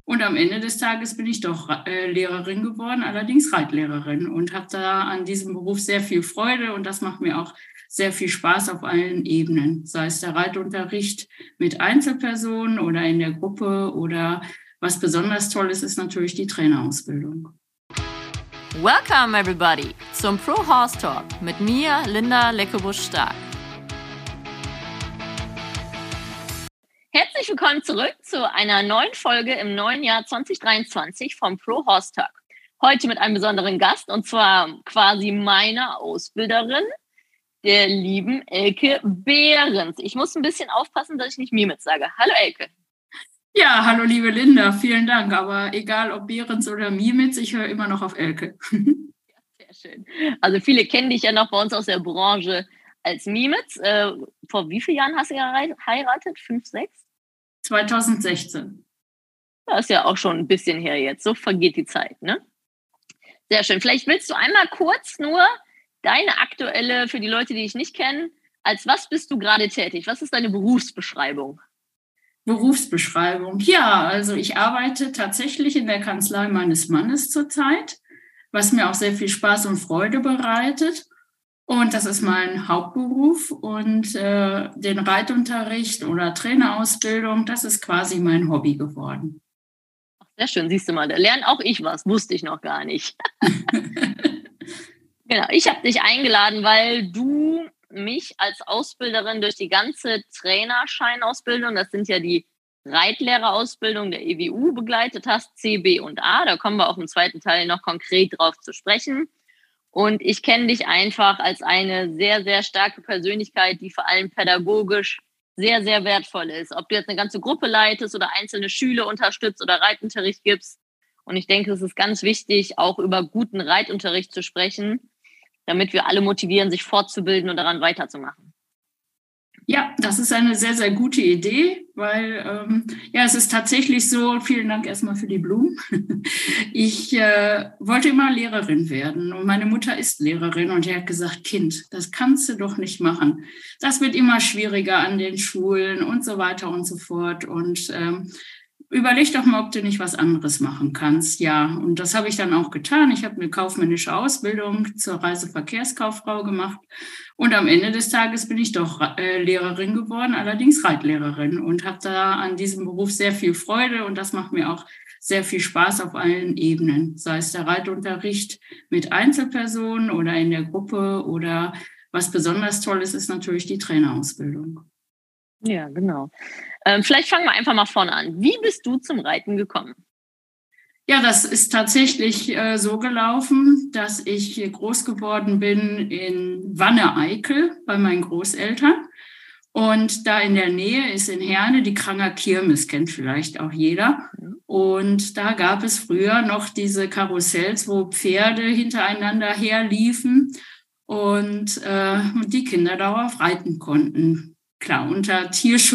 Und am Ende des Tages bin ich doch Lehrerin geworden, allerdings Reitlehrerin, und habe da an diesem Beruf sehr viel Freude, und das macht mir auch sehr viel Spaß auf allen Ebenen, sei es der Reitunterricht mit Einzelpersonen oder in der Gruppe, oder was besonders toll ist natürlich die Trainerausbildung. Welcome everybody zum Pro Horse Talk mit mir, Linda Leckebusch-Stark. Herzlich willkommen zurück zu einer neuen Folge im neuen Jahr 2023 vom Pro Horse Talk. Heute mit einem besonderen Gast, und zwar quasi meiner Ausbilderin, der lieben Elke Behrens. Ich muss ein bisschen aufpassen, dass ich nicht Mimitz sage. Hallo Elke. Ja, hallo liebe Linda, vielen Dank. Aber egal ob Behrens oder Mimitz, ich höre immer noch auf Elke. Ja, sehr schön. Also viele kennen dich ja noch bei uns aus der Branche als Mimitz. Vor wie vielen Jahren hast du geheiratet? 5, 6? 2016. Das ist ja auch schon ein bisschen her jetzt. So vergeht die Zeit, ne? Sehr schön. Vielleicht willst du einmal kurz nur deine aktuelle, für die Leute, die dich nicht kennen, als was bist du gerade tätig? Was ist deine Berufsbeschreibung? Berufsbeschreibung. Ja, also ich arbeite tatsächlich in der Kanzlei meines Mannes zurzeit, was mir auch sehr viel Spaß und Freude bereitet. Und das ist mein Hauptberuf, und den Reitunterricht oder Trainerausbildung, das ist quasi mein Hobby geworden. Ach, sehr schön, siehst du mal, da lerne auch ich was, wusste ich noch gar nicht. Genau, ich habe dich eingeladen, weil du mich als Ausbilderin durch die ganze Trainerscheinausbildung, das sind ja die Reitlehrerausbildung der EWU, begleitet hast, C, B und A. Da kommen wir auch im zweiten Teil noch konkret drauf zu sprechen. Und ich kenne dich einfach als eine sehr, sehr starke Persönlichkeit, die vor allem pädagogisch sehr, sehr wertvoll ist. Ob du jetzt eine ganze Gruppe leitest oder einzelne Schüler unterstützt oder Reitunterricht gibst. Und ich denke, es ist ganz wichtig, auch über guten Reitunterricht zu sprechen, damit wir alle motivieren, sich fortzubilden und daran weiterzumachen. Ja, das ist eine sehr, sehr gute Idee, weil es ist tatsächlich so, vielen Dank erstmal für die Blumen. Ich wollte immer Lehrerin werden, und meine Mutter ist Lehrerin, und die hat gesagt, Kind, das kannst du doch nicht machen. Das wird immer schwieriger an den Schulen und so weiter und so fort, und überleg doch mal, ob du nicht was anderes machen kannst. Ja, und das habe ich dann auch getan. Ich habe eine kaufmännische Ausbildung zur Reiseverkehrskauffrau gemacht. Und am Ende des Tages bin ich doch Lehrerin geworden, allerdings Reitlehrerin, und habe da an diesem Beruf sehr viel Freude, und das macht mir auch sehr viel Spaß auf allen Ebenen, sei es der Reitunterricht mit Einzelpersonen oder in der Gruppe, oder was besonders toll ist natürlich die Trainerausbildung. Ja, genau. Vielleicht fangen wir einfach mal vorne an. Wie bist du zum Reiten gekommen? Ja, das ist tatsächlich so gelaufen, dass ich groß geworden bin in Wanne-Eickel bei meinen Großeltern. Und da in der Nähe ist in Herne die Kranger Kirmes, kennt vielleicht auch jeder. Und da gab es früher noch diese Karussells, wo Pferde hintereinander herliefen und die Kinder darauf reiten konnten. Klar, unter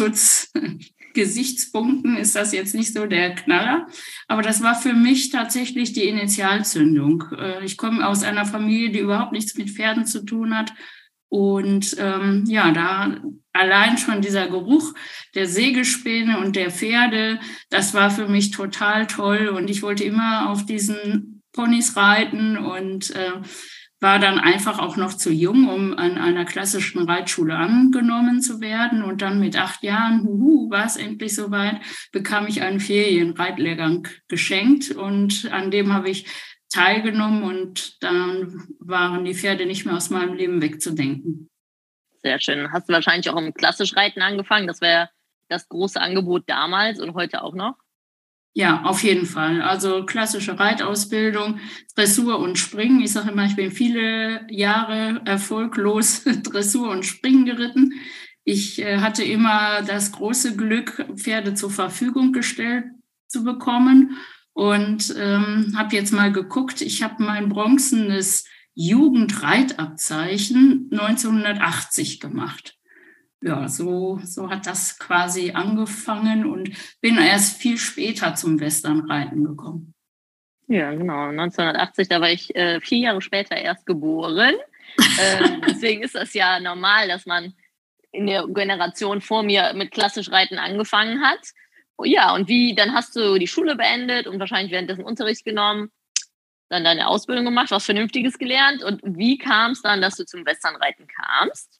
Tierschutzgesichtspunkten ist das jetzt nicht so der Knaller, aber das war für mich tatsächlich die Initialzündung. Ich komme aus einer Familie, die überhaupt nichts mit Pferden zu tun hat, und da allein schon dieser Geruch der Sägespäne und der Pferde, das war für mich total toll, und ich wollte immer auf diesen Ponys reiten und war dann einfach auch noch zu jung, um an einer klassischen Reitschule angenommen zu werden. Und dann mit 8 Jahren, war es endlich soweit, bekam ich einen Ferienreitlehrgang geschenkt, und an dem habe ich teilgenommen, und dann waren die Pferde nicht mehr aus meinem Leben wegzudenken. Sehr schön. Hast du wahrscheinlich auch im Klassischreiten angefangen? Das wäre das große Angebot damals und heute auch noch? Ja, auf jeden Fall. Also klassische Reitausbildung, Dressur und Springen. Ich sage immer, ich bin viele Jahre erfolglos Dressur und Springen geritten. Ich hatte immer das große Glück, Pferde zur Verfügung gestellt zu bekommen, und habe jetzt mal geguckt. Ich habe mein bronzenes Jugendreitabzeichen 1980 gemacht. Ja, so hat das quasi angefangen, und bin erst viel später zum Westernreiten gekommen. Ja, genau. 1980, da war ich 4 Jahre später erst geboren. Deswegen ist das ja normal, dass man in der Generation vor mir mit klassisch Reiten angefangen hat. Ja, und dann hast du die Schule beendet und wahrscheinlich währenddessen Unterricht genommen, dann deine Ausbildung gemacht, was Vernünftiges gelernt. Und wie kam es dann, dass du zum Westernreiten kamst?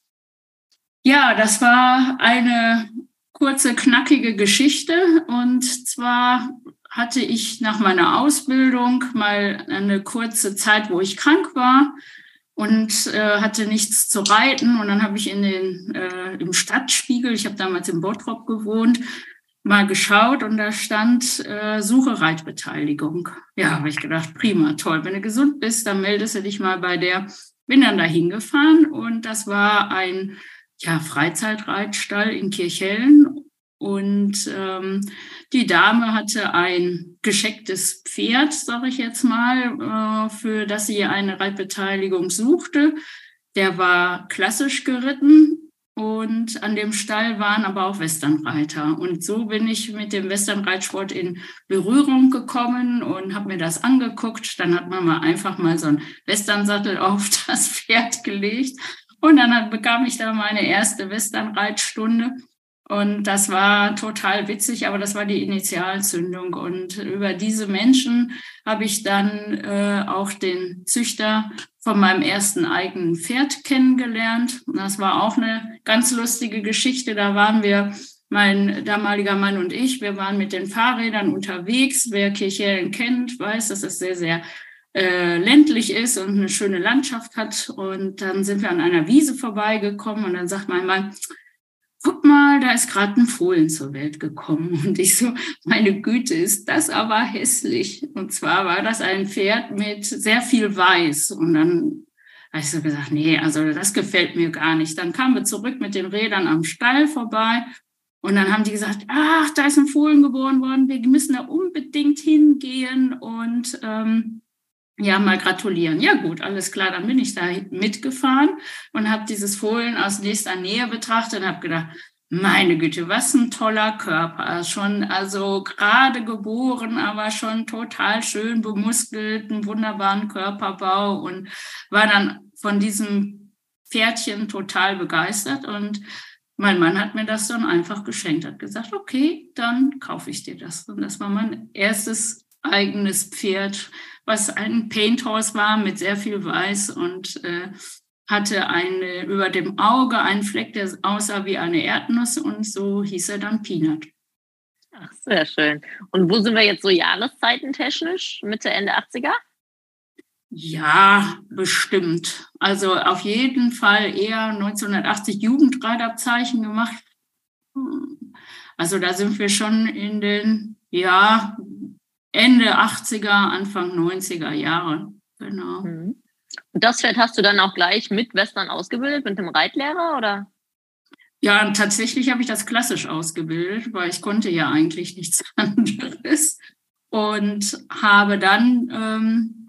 Ja, das war eine kurze, knackige Geschichte. Und zwar hatte ich nach meiner Ausbildung mal eine kurze Zeit, wo ich krank war und hatte nichts zu reiten. Und dann habe ich im Stadtspiegel, ich habe damals in Bottrop gewohnt, mal geschaut und da stand Suche Reitbeteiligung. Ja, habe ich gedacht, prima, toll. Wenn du gesund bist, dann meldest du dich mal bei der. Bin dann da hingefahren und das war ein Freizeitreitstall in Kirchhellen. Und die Dame hatte ein geschecktes Pferd, sage ich jetzt mal, für das sie eine Reitbeteiligung suchte. Der war klassisch geritten. Und an dem Stall waren aber auch Westernreiter. Und so bin ich mit dem Westernreitsport in Berührung gekommen und habe mir das angeguckt. Dann hat man einfach mal so einen Westernsattel auf das Pferd gelegt. Und dann bekam ich da meine erste Westernreitstunde. Und das war total witzig, aber das war die Initialzündung. Und über diese Menschen habe ich dann auch den Züchter von meinem ersten eigenen Pferd kennengelernt. Und das war auch eine ganz lustige Geschichte. Da waren wir, mein damaliger Mann und ich, wir waren mit den Fahrrädern unterwegs. Wer Kirchhellen kennt, weiß, dass es sehr, sehr ländlich ist und eine schöne Landschaft hat. Und dann sind wir an einer Wiese vorbeigekommen und dann sagt mein Mann, guck mal, da ist gerade ein Fohlen zur Welt gekommen. Und ich so, meine Güte, ist das aber hässlich. Und zwar war das ein Pferd mit sehr viel Weiß. Und dann habe ich so gesagt, nee, also das gefällt mir gar nicht. Dann kamen wir zurück mit den Rädern am Stall vorbei. Und dann haben die gesagt, ach, da ist ein Fohlen geboren worden. Wir müssen da unbedingt hingehen und mal gratulieren. Ja gut, alles klar, dann bin ich da mitgefahren und habe dieses Fohlen aus nächster Nähe betrachtet und habe gedacht, meine Güte, was ein toller Körper. Schon, also gerade geboren, aber schon total schön bemuskelt, einen wunderbaren Körperbau und war dann von diesem Pferdchen total begeistert. Und mein Mann hat mir das dann einfach geschenkt, hat gesagt, okay, dann kaufe ich dir das. Und das war mein erstes eigenes Pferd, was ein Paint Horse war mit sehr viel Weiß und hatte über dem Auge einen Fleck, der aussah wie eine Erdnuss und so hieß er dann Peanut. Ach, sehr schön. Und wo sind wir jetzt so jahreszeitentechnisch? Mitte, Ende 80er? Ja, bestimmt. Also auf jeden Fall eher 1980 Jugendreitabzeichen gemacht. Also da sind wir schon in den, Ende 80er, Anfang 90er Jahre. Genau. Und das Pferd hast du dann auch gleich mit Western ausgebildet, mit dem Reitlehrer, oder? Ja, und tatsächlich habe ich das klassisch ausgebildet, weil ich konnte ja eigentlich nichts anderes. Und habe dann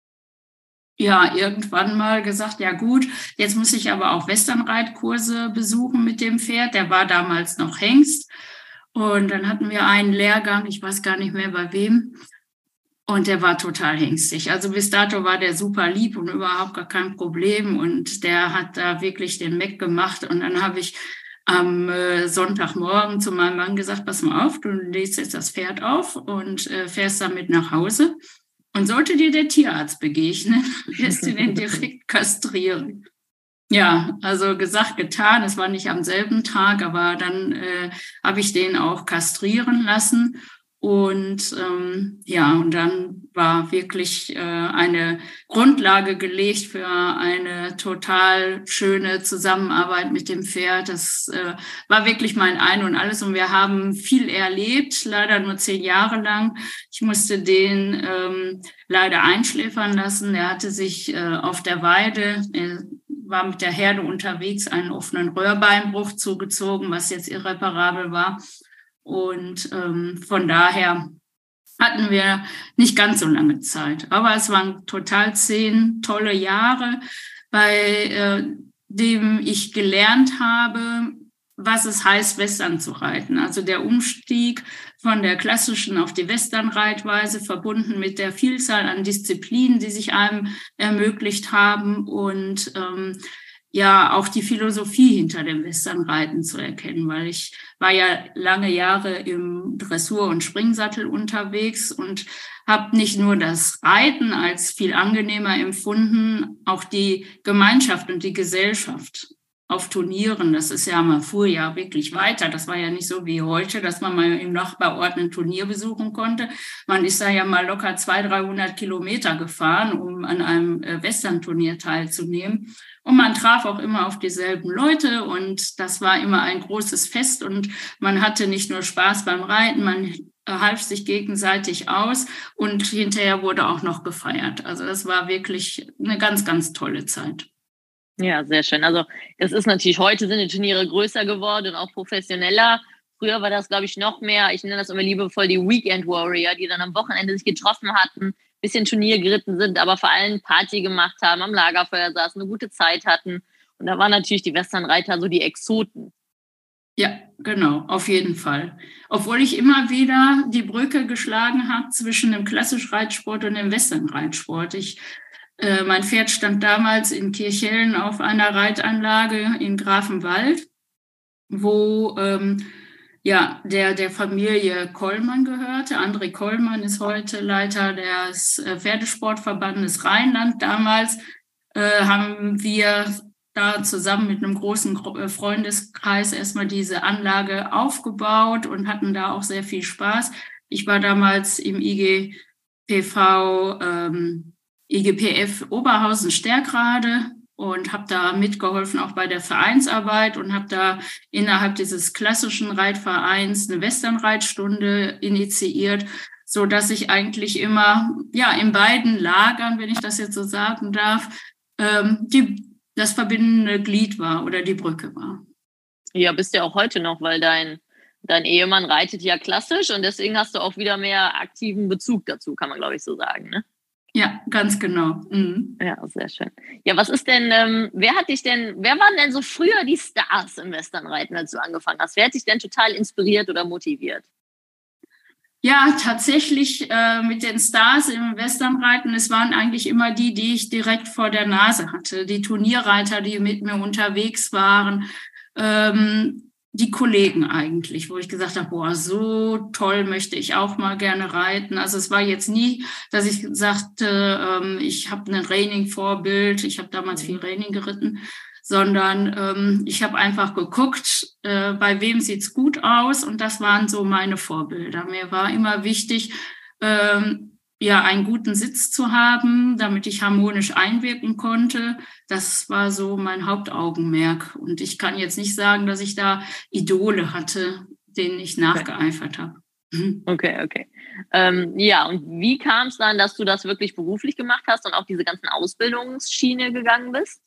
irgendwann mal gesagt, ja gut, jetzt muss ich aber auch Westernreitkurse besuchen mit dem Pferd. Der war damals noch Hengst. Und dann hatten wir einen Lehrgang, ich weiß gar nicht mehr bei wem. Und der war total hengstig. Also bis dato war der super lieb und überhaupt gar kein Problem. Und der hat da wirklich den Meck gemacht. Und dann habe ich am Sonntagmorgen zu meinem Mann gesagt, pass mal auf, du legst jetzt das Pferd auf und fährst damit nach Hause. Und sollte dir der Tierarzt begegnen, wirst du den direkt kastrieren. Ja, also gesagt, getan. Es war nicht am selben Tag, aber dann habe ich den auch kastrieren lassen. Und und dann war wirklich eine Grundlage gelegt für eine total schöne Zusammenarbeit mit dem Pferd. Das war wirklich mein Ein und Alles. Und wir haben viel erlebt, leider nur 10 Jahre lang. Ich musste den leider einschläfern lassen. Er hatte sich auf der Weide, war mit der Herde unterwegs, einen offenen Röhrbeinbruch zugezogen, was jetzt irreparabel war. Und von daher hatten wir nicht ganz so lange Zeit. Aber es waren total 10 tolle Jahre, bei dem ich gelernt habe, was es heißt, Western zu reiten. Also der Umstieg von der klassischen auf die Westernreitweise, verbunden mit der Vielzahl an Disziplinen, die sich einem ermöglicht haben. Und ja auch die Philosophie hinter dem Westernreiten zu erkennen, weil ich war ja lange Jahre im Dressur- und Springsattel unterwegs und habe nicht nur das Reiten als viel angenehmer empfunden, auch die Gemeinschaft und die Gesellschaft auf Turnieren. Das ist ja, man fuhr ja wirklich weiter. Das war ja nicht so wie heute, dass man mal im Nachbarort ein Turnier besuchen konnte. Man ist da ja mal locker 200-300 Kilometer gefahren, um an einem Western-Turnier teilzunehmen. Und man traf auch immer auf dieselben Leute und das war immer ein großes Fest und man hatte nicht nur Spaß beim Reiten, man half sich gegenseitig aus und hinterher wurde auch noch gefeiert. Also das war wirklich eine ganz, ganz tolle Zeit. Ja, sehr schön. Also es ist natürlich, heute sind die Turniere größer geworden und auch professioneller. Früher war das, glaube ich, noch mehr, ich nenne das immer liebevoll die Weekend Warrior, die dann am Wochenende sich getroffen hatten, bisschen Turnier geritten sind, aber vor allem Party gemacht haben, am Lagerfeuer saßen, eine gute Zeit hatten. Und da waren natürlich die Westernreiter so die Exoten. Ja, genau, auf jeden Fall. Obwohl ich immer wieder die Brücke geschlagen habe zwischen dem klassischen Reitsport und dem Westernreitsport. Mein Pferd stand damals in Kirchhellen auf einer Reitanlage in Grafenwald, wo der Familie Kollmann gehörte. André Kollmann ist heute Leiter des Pferdesportverbandes Rheinland. Damals haben wir da zusammen mit einem großen Freundeskreis erstmal diese Anlage aufgebaut und hatten da auch sehr viel Spaß. Ich war damals im IGPF Oberhausen-Stärkrade und habe da mitgeholfen, auch bei der Vereinsarbeit und habe da innerhalb dieses klassischen Reitvereins eine Westernreitstunde initiiert, so dass ich eigentlich immer in beiden Lagern, wenn ich das jetzt so sagen darf, das verbindende Glied war oder die Brücke war. Ja, bist ja auch heute noch, weil dein Ehemann reitet ja klassisch und deswegen hast du auch wieder mehr aktiven Bezug dazu, kann man, glaube ich, so sagen, ne? Ja, ganz genau. Mhm. Ja, sehr schön. Ja, was ist denn, wer waren denn so früher die Stars im Westernreiten, als du angefangen hast? Wer hat dich denn total inspiriert oder motiviert? Ja, tatsächlich mit den Stars im Westernreiten, es waren eigentlich immer die ich direkt vor der Nase hatte. Die Turnierreiter, die mit mir unterwegs waren, die Kollegen eigentlich, wo ich gesagt habe, boah, so toll möchte ich auch mal gerne reiten. Also es war jetzt nie, dass ich sagte, ich habe ein Reining-Vorbild, ich habe damals viel Reining geritten, sondern ich habe einfach geguckt, bei wem sieht's gut aus und das waren so meine Vorbilder. Mir war immer wichtig, einen guten Sitz zu haben, damit ich harmonisch einwirken konnte. Das war so mein Hauptaugenmerk. Und ich kann jetzt nicht sagen, dass ich da Idole hatte, denen ich nachgeeifert habe. Okay. Und wie kam es dann, dass du das wirklich beruflich gemacht hast und auf diese ganzen Ausbildungsschiene gegangen bist?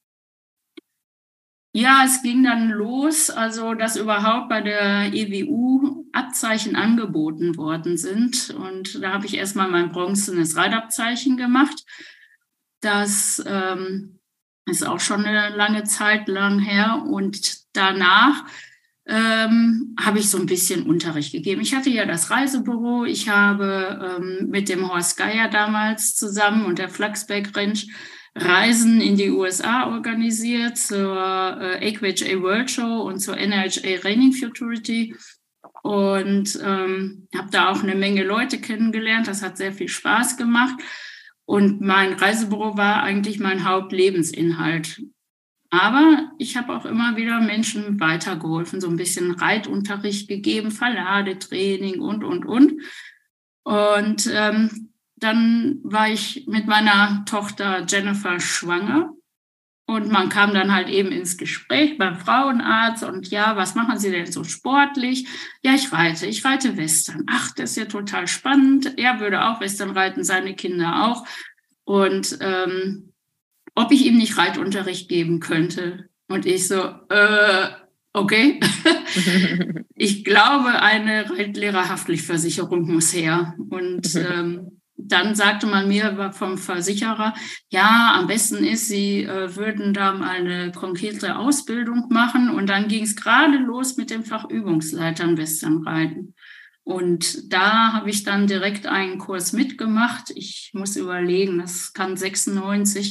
Ja, es ging dann los, also dass überhaupt bei der EWU Abzeichen angeboten worden sind. Und da habe ich erstmal mein bronzenes Reitabzeichen gemacht. Das ist auch schon eine lange Zeit lang her. Und danach habe ich so ein bisschen Unterricht gegeben. Ich hatte ja das Reisebüro. Ich habe mit dem Horst Geier damals zusammen und der Flachsberg Ranch Reisen in die USA organisiert zur AQHA World Show und zur NHA Reining Futurity und habe da auch eine Menge Leute kennengelernt. Das hat sehr viel Spaß gemacht und mein Reisebüro war eigentlich mein Hauptlebensinhalt. Aber ich habe auch immer wieder Menschen weitergeholfen, so ein bisschen Reitunterricht gegeben, Verladetraining und. Und dann war ich mit meiner Tochter Jennifer schwanger und man kam dann halt eben ins Gespräch beim Frauenarzt und ja, was machen Sie denn so sportlich? Ja, ich reite Western. Ach, das ist ja total spannend. Er würde auch Western reiten, seine Kinder auch. Und ob ich ihm nicht Reitunterricht geben könnte. Und ich so, okay. Ich glaube, eine Reitlehrerhaftpflichtversicherung muss her. Und dann sagte man mir vom Versicherer, ja, am besten ist, Sie würden da mal eine konkrete Ausbildung machen. Und dann ging es gerade los mit dem Fachübungsleitern Westernreiten. Und da habe ich dann direkt einen Kurs mitgemacht. Ich muss überlegen, das kann 96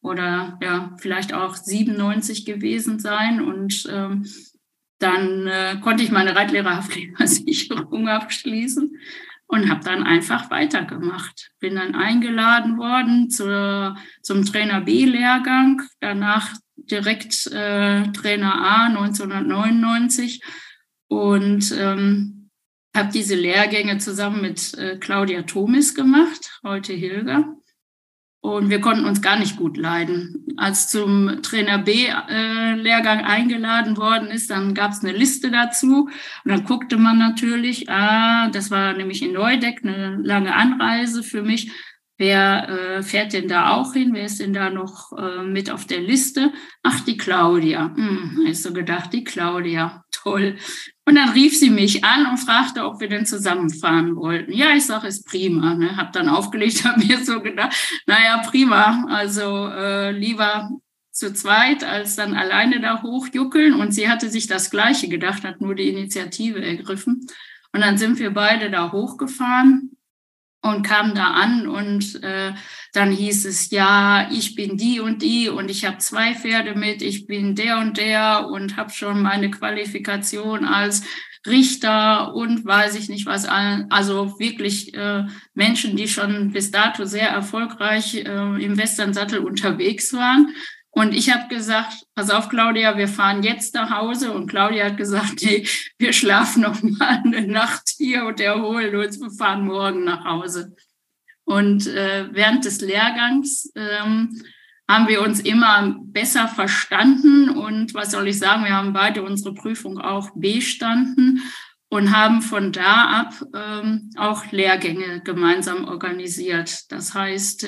oder ja, vielleicht auch 97 gewesen sein. Und dann konnte ich meine Reitlehrerhaftpflichtversicherung abschließen und habe dann einfach weitergemacht. Bin dann eingeladen worden zum Trainer B-Lehrgang, danach direkt Trainer A 1999 und habe diese Lehrgänge zusammen mit Claudia Thomis gemacht, heute Hilger. Und wir konnten uns gar nicht gut leiden. Als zum Trainer B-Lehrgang eingeladen worden ist, dann gab es eine Liste dazu. Und dann guckte man natürlich, das war nämlich in Neudeck, eine lange Anreise für mich. Wer fährt denn da auch hin? Wer ist denn da noch mit auf der Liste? Ach, die Claudia. Habe ich so gedacht, die Claudia, toll. Und dann rief sie mich an und fragte, ob wir denn zusammenfahren wollten. Ja, ich sage, ist prima. Ne? Habe dann aufgelegt, habe mir so gedacht, naja, prima. Also lieber zu zweit als dann alleine da hochjuckeln. Und sie hatte sich das Gleiche gedacht, hat nur die Initiative ergriffen. Und dann sind wir beide da hochgefahren und kamen da an und dann hieß es, ja, ich bin die und ich habe 2 Pferde mit, ich bin der und habe schon meine Qualifikation als Richter und weiß ich nicht was. Also wirklich Menschen, die schon bis dato sehr erfolgreich im Westernsattel unterwegs waren. Und ich habe gesagt, pass auf, Claudia, wir fahren jetzt nach Hause. Und Claudia hat gesagt, nee, wir schlafen noch mal eine Nacht hier und erholen uns. Wir fahren morgen nach Hause. Und während des Lehrgangs haben wir uns immer besser verstanden. Und was soll ich sagen, wir haben beide unsere Prüfung auch bestanden und haben von da ab auch Lehrgänge gemeinsam organisiert. Das heißt,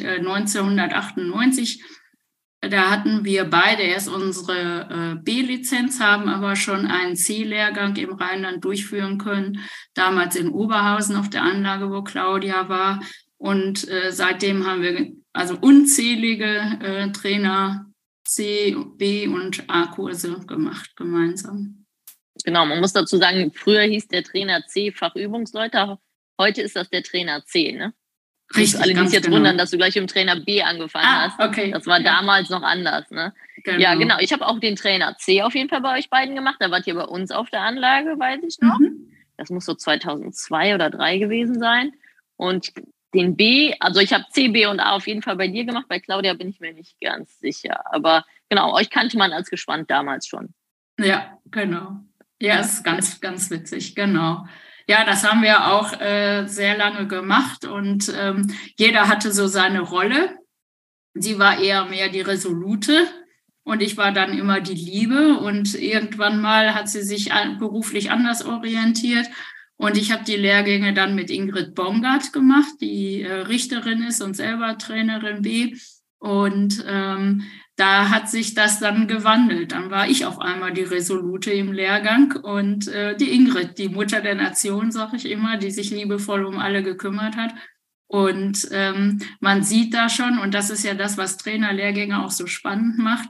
1998 da hatten wir beide erst unsere B-Lizenz, haben aber schon einen C-Lehrgang im Rheinland durchführen können, damals in Oberhausen auf der Anlage, wo Claudia war. Und seitdem haben wir also unzählige Trainer C, B und A-Kurse gemacht gemeinsam. Genau, man muss dazu sagen, früher hieß der Trainer C Fachübungsleute, heute ist das der Trainer C, ne? Richtig, alle, die sich jetzt genau wundern, dass du gleich im Trainer B angefangen hast. Okay. Das war damals noch anders. Ne? Genau. Ja, genau. Ich habe auch den Trainer C auf jeden Fall bei euch beiden gemacht. Da wart ihr bei uns auf der Anlage, weiß ich noch. Das muss so 2002 oder 2003 gewesen sein. Und den B, also ich habe C, B und A auf jeden Fall bei dir gemacht. Bei Claudia bin ich mir nicht ganz sicher. Aber genau, euch kannte man als Gespannt damals schon. Ja, genau. Ja, ist ganz, ganz witzig, genau. Ja, das haben wir auch sehr lange gemacht und jeder hatte so seine Rolle. Sie war eher mehr die Resolute und ich war dann immer die Liebe und irgendwann mal hat sie sich beruflich anders orientiert und ich habe die Lehrgänge dann mit Ingrid Baumgart gemacht, die Richterin ist und selber Trainerin B und da hat sich das dann gewandelt. Dann war ich auf einmal die Resolute im Lehrgang und die Ingrid, die Mutter der Nation, sage ich immer, die sich liebevoll um alle gekümmert hat. Und man sieht da schon, und das ist ja das, was Trainerlehrgänge auch so spannend macht,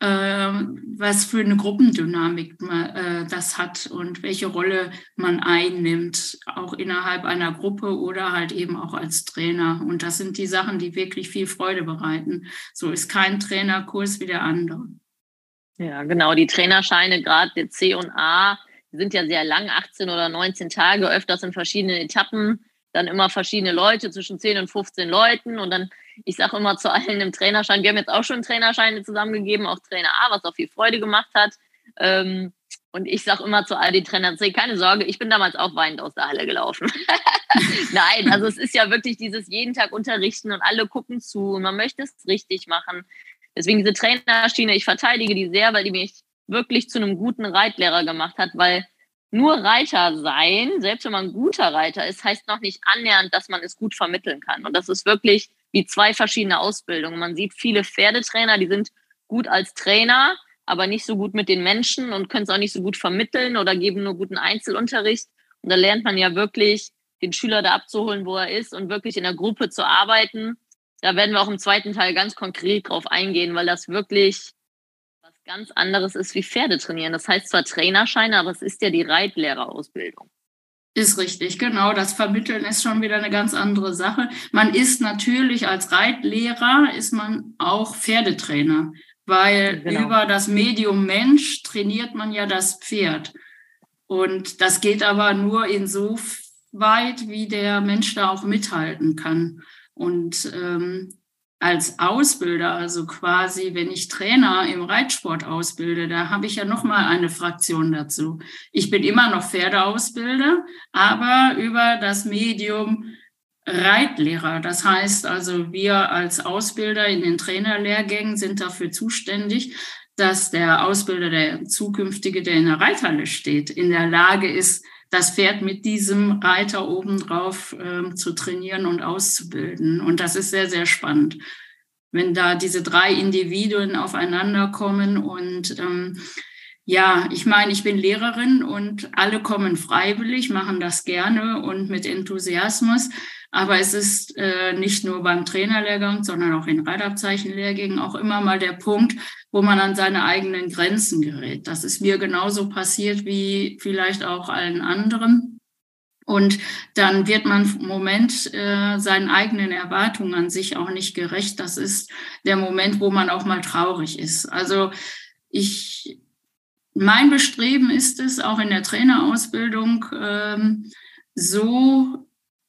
was für eine Gruppendynamik das hat und welche Rolle man einnimmt, auch innerhalb einer Gruppe oder halt eben auch als Trainer. Und das sind die Sachen, die wirklich viel Freude bereiten. So ist kein Trainerkurs wie der andere. Ja, genau. Die Trainerscheine, gerade der C und A, sind ja sehr lang, 18 oder 19 Tage, öfters in verschiedenen Etappen. Dann immer verschiedene Leute, zwischen 10 und 15 Leuten. Und dann, ich sage immer zu allen im Trainerschein, wir haben jetzt auch schon Trainerscheine zusammengegeben, auch Trainer A, was auch viel Freude gemacht hat. Und ich sage immer zu all den Trainern C, keine Sorge, ich bin damals auch weinend aus der Halle gelaufen. Nein, also es ist ja wirklich dieses jeden Tag unterrichten und alle gucken zu und man möchte es richtig machen. Deswegen diese Trainerschiene, ich verteidige die sehr, weil die mich wirklich zu einem guten Reitlehrer gemacht hat, weil nur Reiter sein, selbst wenn man ein guter Reiter ist, heißt noch nicht annähernd, dass man es gut vermitteln kann. Und das ist wirklich wie 2 verschiedene Ausbildungen. Man sieht viele Pferdetrainer, die sind gut als Trainer, aber nicht so gut mit den Menschen und können es auch nicht so gut vermitteln oder geben nur guten Einzelunterricht. Und da lernt man ja wirklich, den Schüler da abzuholen, wo er ist und wirklich in der Gruppe zu arbeiten. Da werden wir auch im zweiten Teil ganz konkret drauf eingehen, weil das wirklich was ganz anderes ist wie Pferde trainieren. Das heißt zwar Trainerscheine, aber es ist ja die Reitlehrerausbildung. Ist richtig, genau. Das Vermitteln ist schon wieder eine ganz andere Sache. Man ist natürlich als Reitlehrer, ist man auch Pferdetrainer, weil Genau. über das Medium Mensch trainiert man ja das Pferd. Und das geht aber nur insoweit, wie der Mensch da auch mithalten kann. Und als Ausbilder, also quasi, wenn ich Trainer im Reitsport ausbilde, da habe ich ja noch mal eine Fraktion dazu. Ich bin immer noch Pferdeausbilder, aber über das Medium Reitlehrer. Das heißt also, wir als Ausbilder in den Trainerlehrgängen sind dafür zuständig, dass der Ausbilder, der zukünftige, der in der Reithalle steht, in der Lage ist, das Pferd mit diesem Reiter obendrauf zu trainieren und auszubilden. Und das ist sehr, sehr spannend, wenn da diese 3 Individuen aufeinander kommen. Und ja, ich meine, ich bin Lehrerin und alle kommen freiwillig, machen das gerne und mit Enthusiasmus. Aber es ist nicht nur beim Trainerlehrgang, sondern auch in Reitabzeichenlehrgängen auch immer mal der Punkt, wo man an seine eigenen Grenzen gerät. Das ist mir genauso passiert wie vielleicht auch allen anderen. Und dann wird man im Moment seinen eigenen Erwartungen an sich auch nicht gerecht. Das ist der Moment, wo man auch mal traurig ist. Also mein Bestreben ist es, auch in der Trainerausbildung so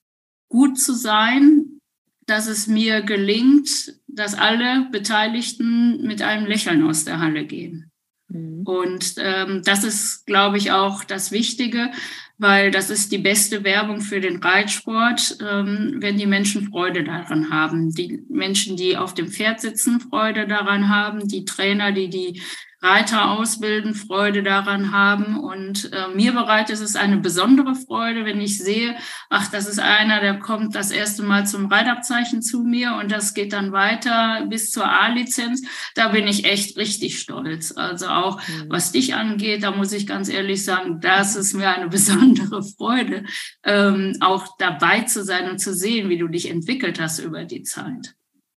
gut zu sein, dass es mir gelingt, dass alle Beteiligten mit einem Lächeln aus der Halle gehen. Mhm. Und das ist, glaube ich, auch das Wichtige, weil das ist die beste Werbung für den Reitsport, wenn die Menschen Freude daran haben. Die Menschen, die auf dem Pferd sitzen, Freude daran haben, die Trainer, die Reiter ausbilden, Freude daran haben. Und mir bereitet es eine besondere Freude, wenn ich sehe, ach, das ist einer, der kommt das erste Mal zum Reitabzeichen zu mir und das geht dann weiter bis zur A-Lizenz. Da bin ich echt richtig stolz. Also auch was dich angeht, da muss ich ganz ehrlich sagen, das ist mir eine besondere Freude, auch dabei zu sein und zu sehen, wie du dich entwickelt hast über die Zeit.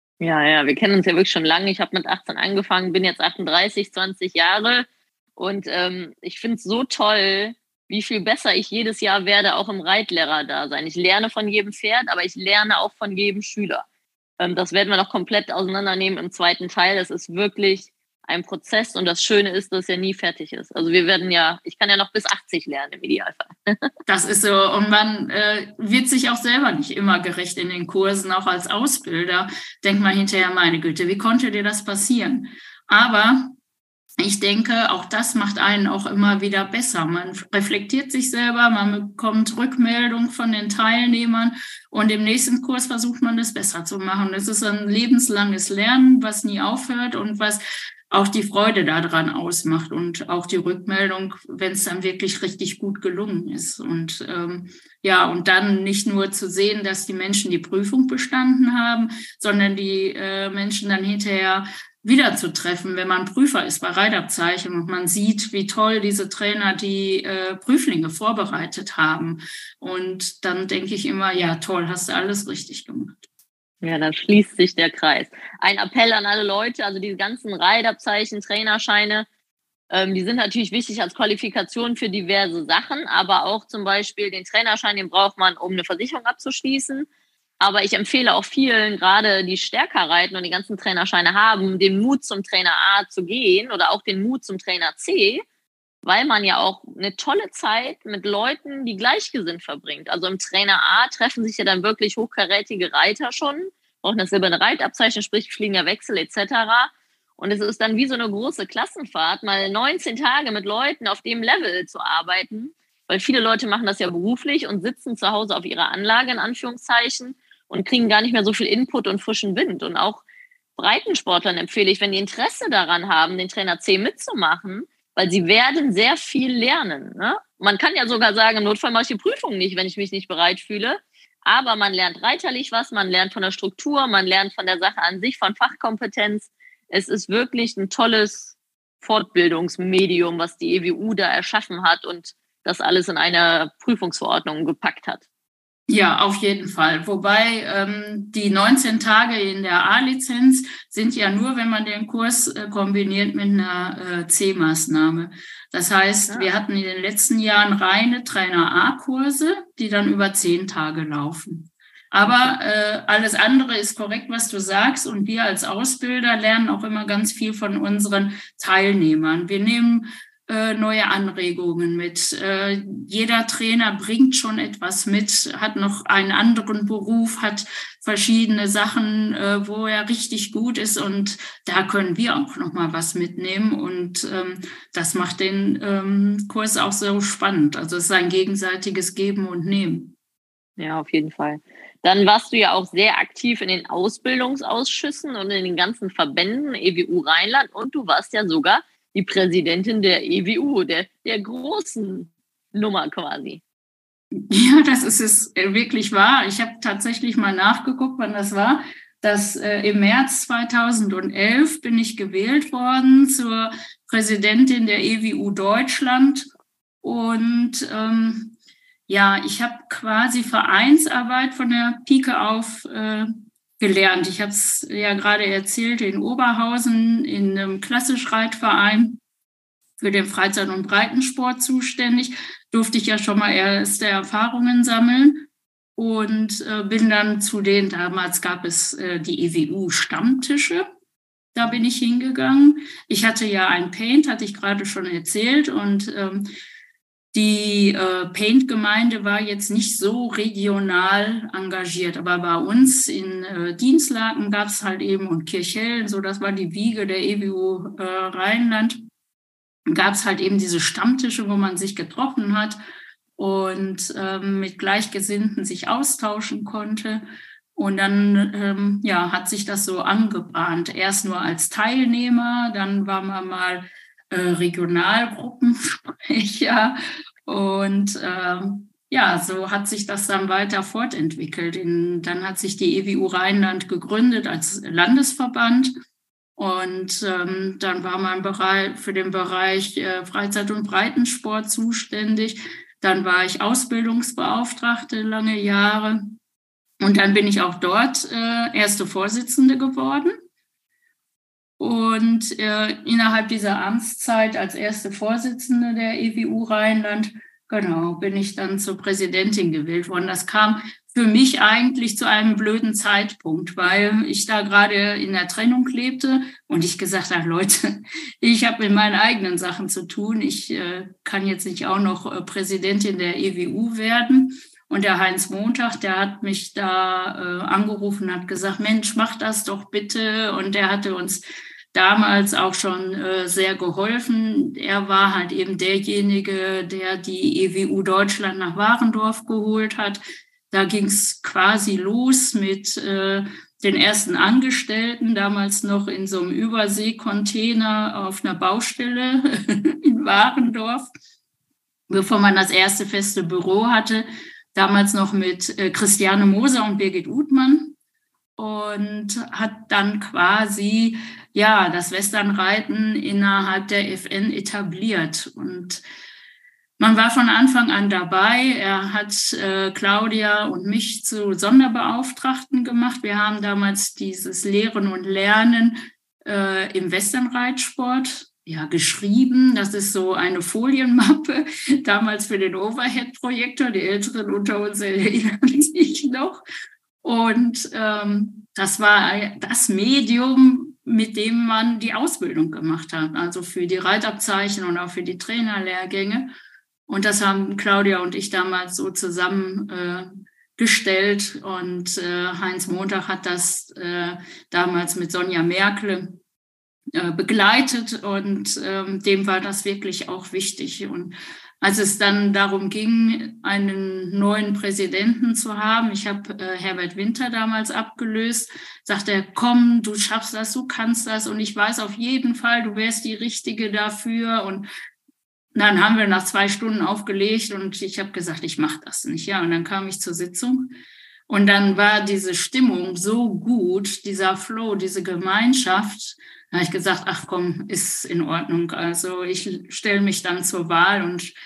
Ja, wir kennen uns ja wirklich schon lange. Ich habe mit 18 angefangen, bin jetzt 38, 20 Jahre und ich finde es so toll, wie viel besser ich jedes Jahr werde, auch im Reitlehrer-Dasein. Ich lerne von jedem Pferd, aber ich lerne auch von jedem Schüler. Das werden wir noch komplett auseinandernehmen im zweiten Teil. Das ist wirklich ein Prozess und das Schöne ist, dass er nie fertig ist. Also ich kann ja noch bis 80 lernen im Idealfall. Das ist so und man wird sich auch selber nicht immer gerecht in den Kursen, auch als Ausbilder. Denkt man hinterher, meine Güte, wie konnte dir das passieren? Aber ich denke, auch das macht einen auch immer wieder besser. Man reflektiert sich selber, man bekommt Rückmeldung von den Teilnehmern und im nächsten Kurs versucht man das besser zu machen. Es ist ein lebenslanges Lernen, was nie aufhört und was auch die Freude daran ausmacht und auch die Rückmeldung, wenn es dann wirklich richtig gut gelungen ist. Und und dann nicht nur zu sehen, dass die Menschen die Prüfung bestanden haben, sondern die Menschen dann hinterher wieder zu treffen, wenn man Prüfer ist bei Reitabzeichen und man sieht, wie toll diese Trainer die Prüflinge vorbereitet haben. Und dann denke ich immer, ja toll, hast du alles richtig gemacht. Ja, dann schließt sich der Kreis. Ein Appell an alle Leute, also diese ganzen Reitabzeichen, Trainerscheine, die sind natürlich wichtig als Qualifikation für diverse Sachen, aber auch zum Beispiel den Trainerschein, den braucht man, um eine Versicherung abzuschließen. Aber ich empfehle auch vielen, gerade die stärker reiten und die ganzen Trainerscheine haben, den Mut zum Trainer A zu gehen oder auch den Mut zum Trainer C, weil man ja auch eine tolle Zeit mit Leuten, die gleichgesinnt verbringt. Also im Trainer A treffen sich ja dann wirklich hochkarätige Reiter schon, brauchen das silberne Reitabzeichen, sprich fliegender Wechsel etc. Und es ist dann wie so eine große Klassenfahrt, mal 19 Tage mit Leuten auf dem Level zu arbeiten, weil viele Leute machen das ja beruflich und sitzen zu Hause auf ihrer Anlage in Anführungszeichen und kriegen gar nicht mehr so viel Input und frischen Wind. Und auch Breitensportlern empfehle ich, wenn die Interesse daran haben, den Trainer C mitzumachen, weil sie werden sehr viel lernen. Ne? Man kann ja sogar sagen, im Notfall mache ich die Prüfung nicht, wenn ich mich nicht bereit fühle. Aber man lernt reiterlich was, man lernt von der Struktur, man lernt von der Sache an sich, von Fachkompetenz. Es ist wirklich ein tolles Fortbildungsmedium, was die EWU da erschaffen hat und das alles in einer Prüfungsverordnung gepackt hat. Ja, auf jeden Fall. Wobei die 19 Tage in der A-Lizenz sind ja nur, wenn man den Kurs kombiniert mit einer C-Maßnahme. Das heißt, wir hatten in den letzten Jahren reine Trainer-A-Kurse, die dann über 10 Tage laufen. Aber alles andere ist korrekt, was du sagst. Und wir als Ausbilder lernen auch immer ganz viel von unseren Teilnehmern. Wir nehmen neue Anregungen mit. Jeder Trainer bringt schon etwas mit, hat noch einen anderen Beruf, hat verschiedene Sachen, wo er richtig gut ist, und da können wir auch noch mal was mitnehmen, und das macht den Kurs auch so spannend. Also es ist ein gegenseitiges Geben und Nehmen. Ja, auf jeden Fall. Dann warst du ja auch sehr aktiv in den Ausbildungsausschüssen und in den ganzen Verbänden, EWU Rheinland, und du warst ja sogar die Präsidentin der EWU, der großen Nummer quasi. Ja, das ist es wirklich wahr. Ich habe tatsächlich mal nachgeguckt, wann das war. Im März 2011 bin ich gewählt worden zur Präsidentin der EWU Deutschland. Und ich habe quasi Vereinsarbeit von der Pike auf gelernt. Ich habe es ja gerade erzählt, in Oberhausen in einem Klassischreitverein für den Freizeit- und Breitensport zuständig, durfte ich ja schon mal erste Erfahrungen sammeln und bin dann damals gab es die EWU-Stammtische, da bin ich hingegangen. Ich hatte ja ein Paint, hatte ich gerade schon erzählt, und die Paint-Gemeinde war jetzt nicht so regional engagiert, aber bei uns in Dinslaken gab es halt eben, und Kirchhellen, so das war die Wiege der EWU Rheinland, gab es halt eben diese Stammtische, wo man sich getroffen hat und mit Gleichgesinnten sich austauschen konnte. Und dann hat sich das so angebahnt. Erst nur als Teilnehmer, dann war man mal Regionalgruppensprecher, und so hat sich das dann weiter fortentwickelt. Dann hat sich die EWU Rheinland gegründet als Landesverband, und dann war man für den Bereich Freizeit- und Breitensport zuständig. Dann war ich Ausbildungsbeauftragte lange Jahre, und dann bin ich auch dort erste Vorsitzende geworden. Und innerhalb dieser Amtszeit als erste Vorsitzende der EWU Rheinland, bin ich dann zur Präsidentin gewählt worden. Das kam für mich eigentlich zu einem blöden Zeitpunkt, weil ich da gerade in der Trennung lebte und ich gesagt habe, Leute, ich habe mit meinen eigenen Sachen zu tun. Ich kann jetzt nicht auch noch Präsidentin der EWU werden. Und der Heinz Montag, der hat mich da angerufen und hat gesagt, Mensch, mach das doch bitte. Und der hatte uns damals auch schon sehr geholfen. Er war halt eben derjenige, der die EWU Deutschland nach Warendorf geholt hat. Da ging es quasi los mit den ersten Angestellten, damals noch in so einem Überseekontainer auf einer Baustelle in Warendorf, bevor man das erste feste Büro hatte. Damals noch mit Christiane Moser und Birgit Uthmann, und hat dann quasi das Westernreiten innerhalb der FN etabliert. Und man war von Anfang an dabei. Er hat Claudia und mich zu Sonderbeauftragten gemacht. Wir haben damals dieses Lehren und Lernen im Westernreitsport geschrieben. Das ist so eine Folienmappe, damals für den Overhead-Projektor. Die Älteren unter uns erinnern sich noch. Und das war das Medium, mit dem man die Ausbildung gemacht hat, also für die Reitabzeichen und auch für die Trainerlehrgänge. Und das haben Claudia und ich damals so zusammengestellt. Und Heinz Montag hat das damals mit Sonja Merkle begleitet, und dem war das wirklich auch wichtig. Und als es dann darum ging, einen neuen Präsidenten zu haben, ich habe Herbert Winter damals abgelöst, sagte er, komm, du schaffst das, du kannst das, und ich weiß auf jeden Fall, du wärst die Richtige dafür. Und dann haben wir nach 2 Stunden aufgelegt, und ich habe gesagt, ich mache das nicht. Ja, und dann kam ich zur Sitzung, und dann war diese Stimmung so gut, dieser Flow, diese Gemeinschaft. Da habe ich gesagt, ach komm, ist in Ordnung. Also ich stelle mich dann zur Wahl, und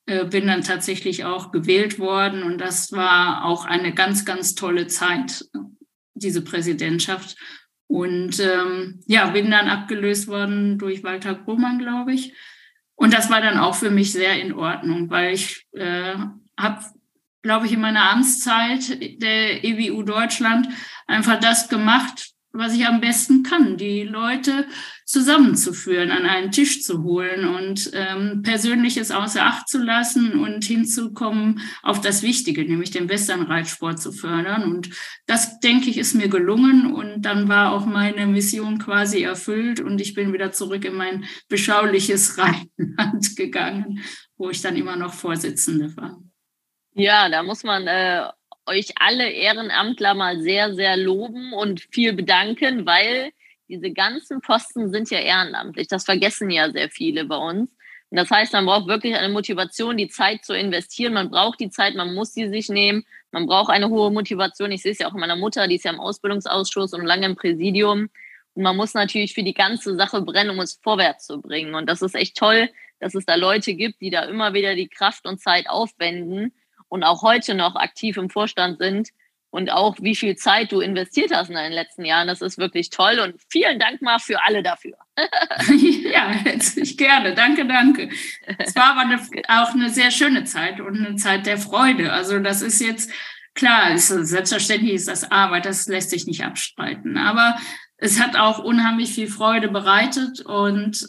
bin dann tatsächlich auch gewählt worden. Und das war auch eine ganz, ganz tolle Zeit, diese Präsidentschaft. Und bin dann abgelöst worden durch Walter Grohmann, glaube ich. Und das war dann auch für mich sehr in Ordnung, weil ich habe, glaube ich, in meiner Amtszeit der EWU Deutschland einfach das gemacht, was ich am besten kann, die Leute zusammenzuführen, an einen Tisch zu holen und Persönliches außer Acht zu lassen und hinzukommen auf das Wichtige, nämlich den Westernreitsport zu fördern. Und das, denke ich, ist mir gelungen. Und dann war auch meine Mission quasi erfüllt und ich bin wieder zurück in mein beschauliches Rheinland gegangen, wo ich dann immer noch Vorsitzende war. Ja, da muss man euch alle Ehrenamtler mal sehr, sehr loben und viel bedanken, weil diese ganzen Posten sind ja ehrenamtlich. Das vergessen ja sehr viele bei uns. Und das heißt, man braucht wirklich eine Motivation, die Zeit zu investieren. Man braucht die Zeit, man muss sie sich nehmen. Man braucht eine hohe Motivation. Ich sehe es ja auch in meiner Mutter, die ist ja im Ausbildungsausschuss und lange im Präsidium. Und man muss natürlich für die ganze Sache brennen, um es vorwärts zu bringen. Und das ist echt toll, dass es da Leute gibt, die da immer wieder die Kraft und Zeit aufwenden und auch heute noch aktiv im Vorstand sind und auch wie viel Zeit du investiert hast in den letzten Jahren. Das ist wirklich toll und vielen Dank mal für alle dafür. Ja, herzlich gerne. Danke. Es war aber auch eine sehr schöne Zeit und eine Zeit der Freude. Also das ist jetzt, klar, selbstverständlich ist das Arbeit, das lässt sich nicht abstreiten. Aber es hat auch unheimlich viel Freude bereitet und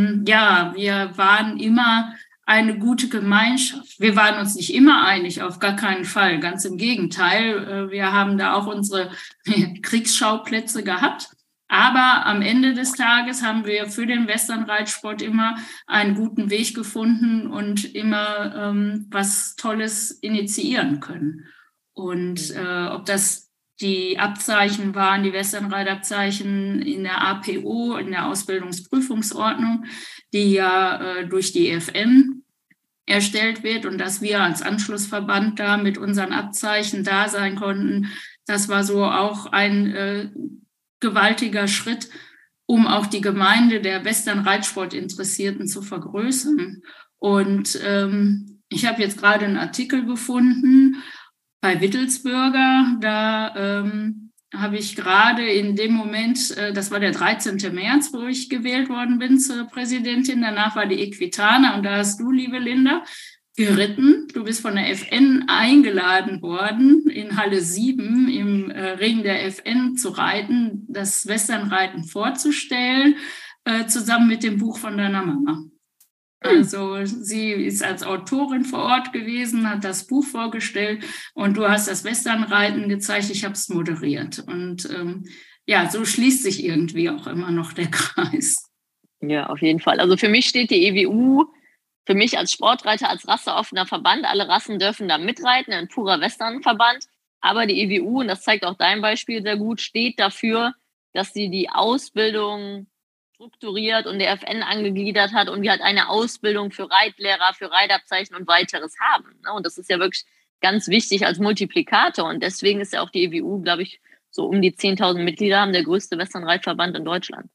wir waren immer eine gute Gemeinschaft. Wir waren uns nicht immer einig, auf gar keinen Fall. Ganz im Gegenteil. Wir haben da auch unsere Kriegsschauplätze gehabt. Aber am Ende des Tages haben wir für den Westernreitsport immer einen guten Weg gefunden und immer was Tolles initiieren können. Und ob das die Abzeichen waren, die Westernreitabzeichen in der APO, in der Ausbildungsprüfungsordnung, die ja durch die EFN erstellt wird und dass wir als Anschlussverband da mit unseren Abzeichen da sein konnten. Das war so auch ein gewaltiger Schritt, um auch die Gemeinde der Westernreitsportinteressierten zu vergrößern. Und ich habe jetzt gerade einen Artikel gefunden bei Wittelsbürger, da habe ich gerade in dem Moment, das war der 13. März, wo ich gewählt worden bin zur Präsidentin, danach war die Equitana und da hast du, liebe Linda, geritten. Du bist von der FN eingeladen worden, in Halle 7 im Ring der FN zu reiten, das Westernreiten vorzustellen, zusammen mit dem Buch von deiner Mama. Also sie ist als Autorin vor Ort gewesen, hat das Buch vorgestellt und du hast das Westernreiten gezeigt, ich habe es moderiert. Und so schließt sich irgendwie auch immer noch der Kreis. Ja, auf jeden Fall. Also für mich steht die EWU, für mich als Sportreiter, als rasseoffener Verband, alle Rassen dürfen da mitreiten, ein purer Westernverband. Aber die EWU, und das zeigt auch dein Beispiel sehr gut, steht dafür, dass sie die Ausbildung strukturiert und der FN angegliedert hat und wir halt eine Ausbildung für Reitlehrer, für Reitabzeichen und weiteres haben. Und das ist ja wirklich ganz wichtig als Multiplikator und deswegen ist ja auch die EWU, glaube ich, so um die 10.000 Mitglieder haben, der größte Westernreitverband in Deutschland.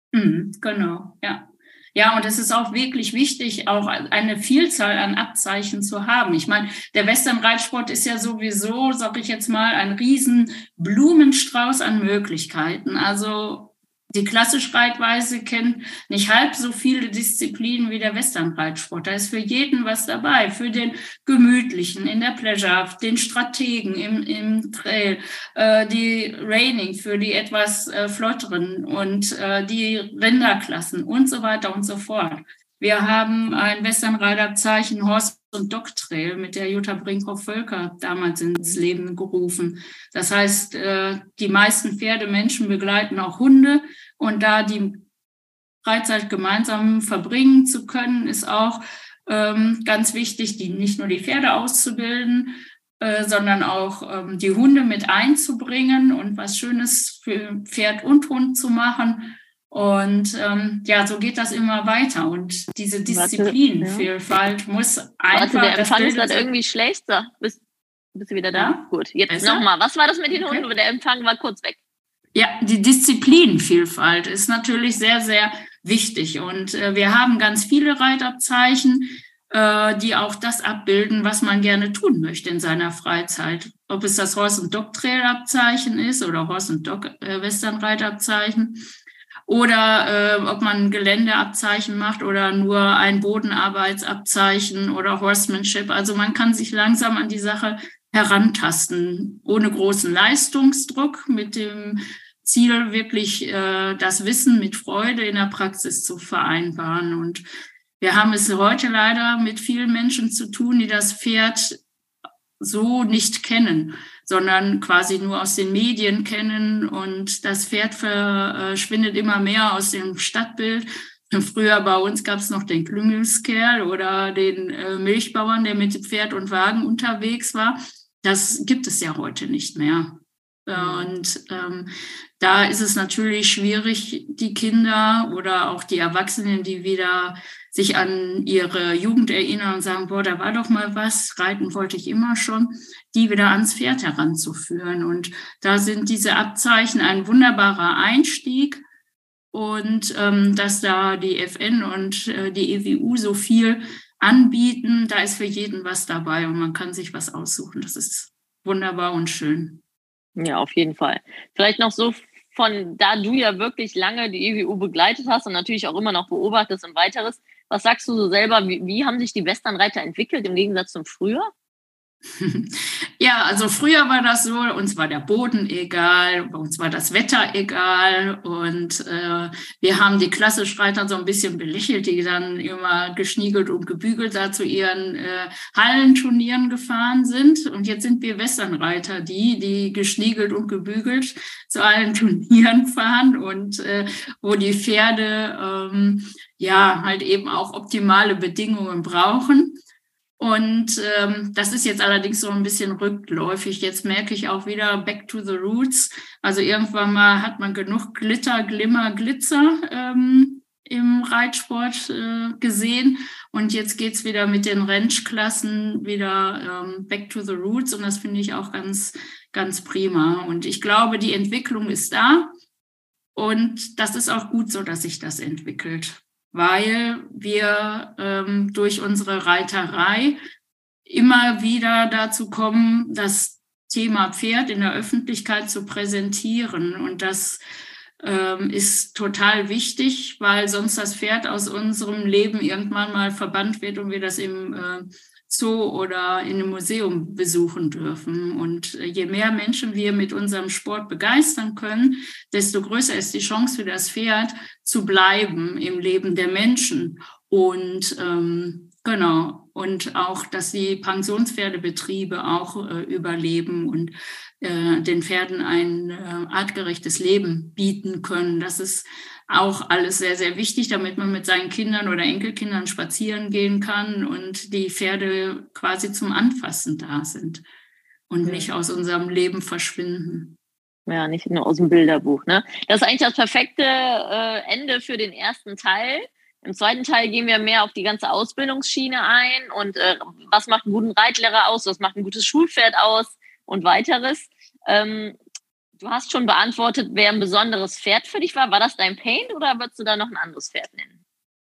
Genau, ja. Ja, und es ist auch wirklich wichtig, auch eine Vielzahl an Abzeichen zu haben. Ich meine, der Westernreitsport ist ja sowieso, sage ich jetzt mal, ein riesen Blumenstrauß an Möglichkeiten. Also die klassische Reitweise kennt nicht halb so viele Disziplinen wie der Westernreitsport. Da ist für jeden was dabei, für den Gemütlichen, in der Pleasure, den Strategen im Trail, die Reining für die etwas flotteren und die Rinderklassen und so weiter und so fort. Wir haben ein Westernreitabzeichen Horse- und Dog-Trail mit der Jutta Brinkhoff-Völker damals ins Leben gerufen. Das heißt, die meisten Pferdemenschen begleiten auch Hunde. Und da die Freizeit gemeinsam verbringen zu können, ist auch ganz wichtig, nicht nur die Pferde auszubilden, sondern auch die Hunde mit einzubringen und was Schönes für Pferd und Hund zu machen. Und so geht das immer weiter. Und diese Disziplinenvielfalt muss einfach... der Empfang ist gerade irgendwie schlecht. So, bist du wieder da? Ja. Gut, jetzt nochmal. Was war das mit den Hunden? Der Empfang war kurz weg. Ja, die Disziplinenvielfalt ist natürlich sehr, sehr wichtig. Und wir haben ganz viele Reitabzeichen. die auch das abbilden, was man gerne tun möchte in seiner Freizeit. Ob es das Horse and Dog Trail Abzeichen ist oder Horse and Dog Westernreitabzeichen oder ob man ein Geländeabzeichen macht oder nur ein Bodenarbeitsabzeichen oder Horsemanship. Also man kann sich langsam an die Sache herantasten, ohne großen Leistungsdruck, mit dem Ziel, wirklich das Wissen mit Freude in der Praxis zu vereinbaren. Und wir haben es heute leider mit vielen Menschen zu tun, die das Pferd so nicht kennen, sondern quasi nur aus den Medien kennen. Und das Pferd verschwindet immer mehr aus dem Stadtbild. Früher bei uns gab es noch den Klüngelskerl oder den Milchbauern, der mit Pferd und Wagen unterwegs war. Das gibt es ja heute nicht mehr. Und da ist es natürlich schwierig, die Kinder oder auch die Erwachsenen, die wieder sich an ihre Jugend erinnern und sagen, boah, da war doch mal was, reiten wollte ich immer schon, die wieder ans Pferd heranzuführen. Und da sind diese Abzeichen ein wunderbarer Einstieg. Und dass da die FN und die EWU so viel anbieten, da ist für jeden was dabei und man kann sich was aussuchen. Das ist wunderbar und schön. Ja, auf jeden Fall. Vielleicht noch so da du ja wirklich lange die EWU begleitet hast und natürlich auch immer noch beobachtest und weiteres, was sagst du so selber, wie haben sich die Westernreiter entwickelt im Gegensatz zum früher? Ja, also früher war das so, uns war der Boden egal, uns war das Wetter egal und wir haben die Klassischreiter so ein bisschen belächelt, die dann immer geschniegelt und gebügelt da zu ihren Hallenturnieren gefahren sind. Und jetzt sind wir Westernreiter, die geschniegelt und gebügelt zu allen Turnieren fahren und wo die Pferde halt eben auch optimale Bedingungen brauchen. Und das ist jetzt allerdings so ein bisschen rückläufig. Jetzt merke ich auch wieder back to the roots. Also irgendwann mal hat man genug Glitter, Glimmer, Glitzer im Reitsport gesehen. Und jetzt geht's wieder mit den Ranch-Klassen wieder back to the roots. Und das finde ich auch ganz, ganz prima. Und ich glaube, die Entwicklung ist da. Und das ist auch gut so, dass sich das entwickelt, weil wir durch unsere Reiterei immer wieder dazu kommen, das Thema Pferd in der Öffentlichkeit zu präsentieren. Und das ist total wichtig, weil sonst das Pferd aus unserem Leben irgendwann mal verbannt wird und wir das im Zoo oder in einem Museum besuchen dürfen. Und je mehr Menschen wir mit unserem Sport begeistern können, desto größer ist die Chance für das Pferd zu bleiben im Leben der Menschen. Und genau, und auch, dass die Pensionspferdebetriebe auch überleben und den Pferden ein artgerechtes Leben bieten können. Das ist auch alles sehr, sehr wichtig, damit man mit seinen Kindern oder Enkelkindern spazieren gehen kann und die Pferde quasi zum Anfassen da sind und nicht aus unserem Leben verschwinden. Ja, nicht nur aus dem Bilderbuch, ne? Das ist eigentlich das perfekte Ende für den ersten Teil. Im zweiten Teil gehen wir mehr auf die ganze Ausbildungsschiene ein und was macht einen guten Reitlehrer aus, was macht ein gutes Schulpferd aus und weiteres. Du hast schon beantwortet, wer ein besonderes Pferd für dich war. War das dein Paint oder würdest du da noch ein anderes Pferd nennen?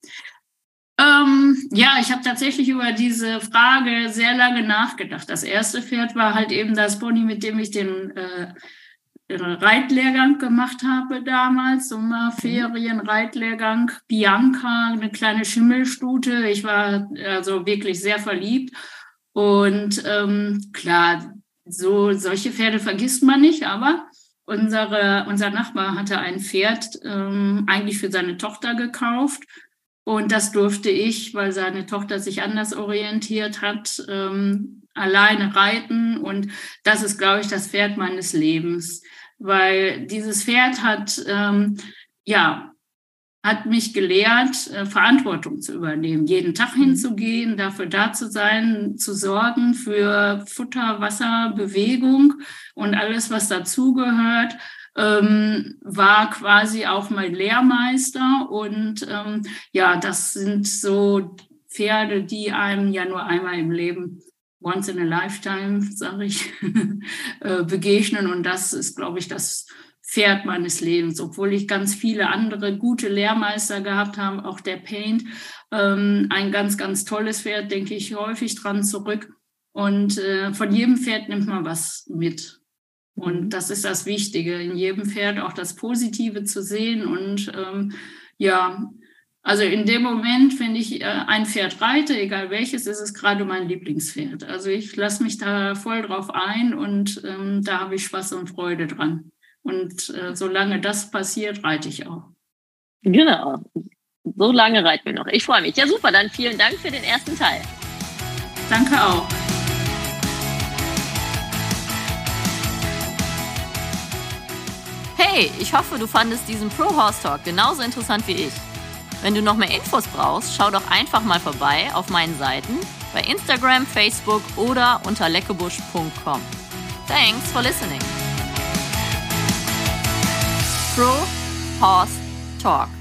Ja, ich habe tatsächlich über diese Frage sehr lange nachgedacht. Das erste Pferd war halt eben das Pony, mit dem ich den Reitlehrgang gemacht habe damals, Sommerferien-Reitlehrgang. Bianca, eine kleine Schimmelstute. Ich war also wirklich sehr verliebt. Und klar, solche Pferde vergisst man nicht, aber unser Nachbar hatte ein Pferd eigentlich für seine Tochter gekauft. Und das durfte ich, weil seine Tochter sich anders orientiert hat, alleine reiten. Und das ist, glaube ich, das Pferd meines Lebens. Weil dieses Pferd hat mich gelehrt, Verantwortung zu übernehmen, jeden Tag hinzugehen, dafür da zu sein, zu sorgen für Futter, Wasser, Bewegung und alles, was dazugehört, war quasi auch mein Lehrmeister. Und das sind so Pferde, die einem ja nur einmal im Leben, once in a lifetime, sage ich, begegnen. Und das ist, glaube ich, das Pferd meines Lebens, obwohl ich ganz viele andere gute Lehrmeister gehabt habe, auch der Paint, ein ganz, ganz tolles Pferd, denke ich häufig dran zurück. Und von jedem Pferd nimmt man was mit. Und das ist das Wichtige, in jedem Pferd auch das Positive zu sehen. Und also in dem Moment, wenn ich ein Pferd reite, egal welches, ist es gerade mein Lieblingspferd. Also ich lasse mich da voll drauf ein und da habe ich Spaß und Freude dran. Und solange das passiert, reite ich auch. Genau, so lange reiten wir noch. Ich freue mich. Ja, super, dann vielen Dank für den ersten Teil. Danke auch. Hey, ich hoffe, du fandest diesen Pro Horse Talk genauso interessant wie ich. Wenn du noch mehr Infos brauchst, schau doch einfach mal vorbei auf meinen Seiten, bei Instagram, Facebook oder unter leckebusch.com. Thanks for listening. Pro Horse Talk.